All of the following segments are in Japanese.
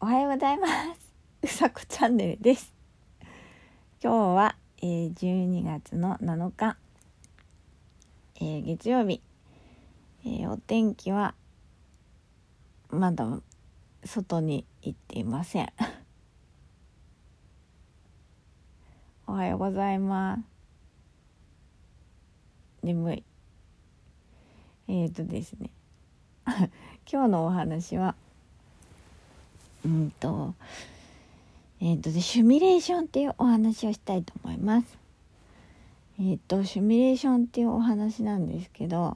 おはようございます。うさこチャンネルです。今日は、12月の7日、月曜日、お天気はまだ外に行っていません。おはようございます。眠い。ですね今日のお話はシミュレーションっていうお話をしたいと思います。シミュレーションっていうお話なんですけど、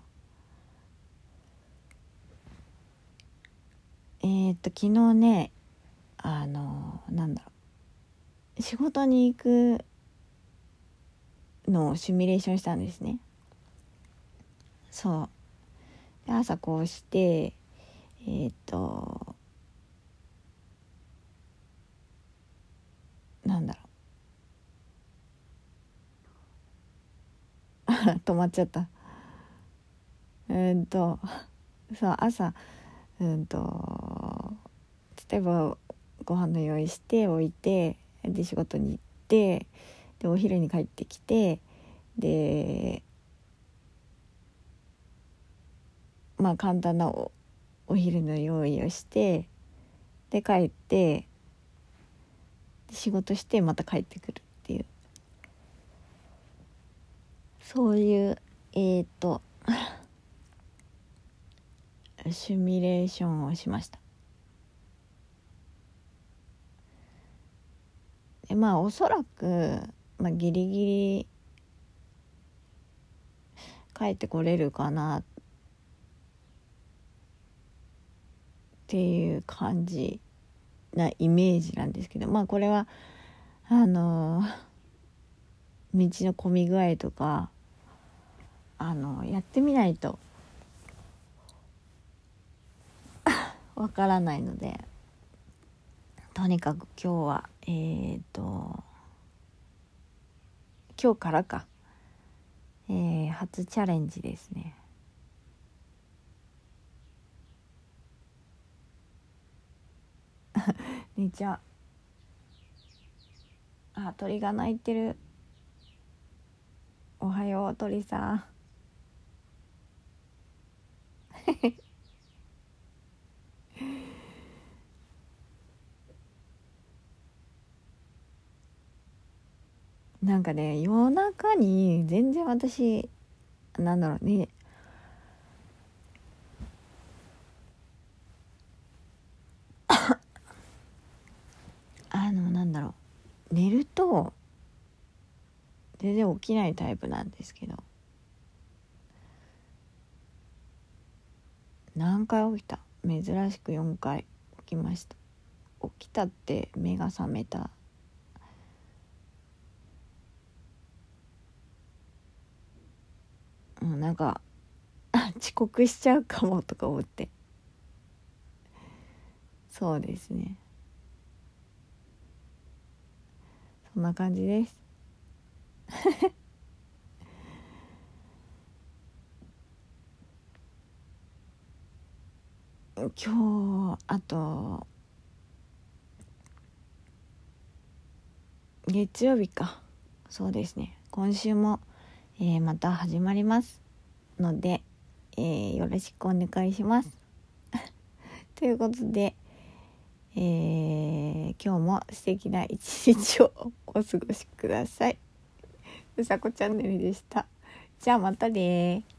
昨日ね、仕事に行くのをシミュレーションしたんですね。そうで、朝こうして止まっちゃった。朝例えばご飯の用意しておいて、で仕事に行って、でお昼に帰ってきて、で簡単なお昼の用意をして、で帰って仕事してまた帰ってくるっていう、そういうシミュレーションをしました。でおそらく、ギリギリ帰ってこれるかなっていう感じなイメージなんですけど、これは道の混み具合とかやってみないとわからないので、とにかく今日は今日からか、初チャレンジですね。姉ちゃん、鳥が鳴いてる。おはよう鳥さん。なんかね、夜中に全然私ね寝ると全然起きないタイプなんですけど、何回起きた？珍しく4回起きました。起きたって目が覚めた。遅刻しちゃうかもとか思って。そうですね、そんな感じです。今日あと月曜日か。そうですね、今週も、また始まりますので、よろしくお願いしますということで、今日も素敵な一日をお過ごしください。うさこチャンネルでした。じゃあまたね。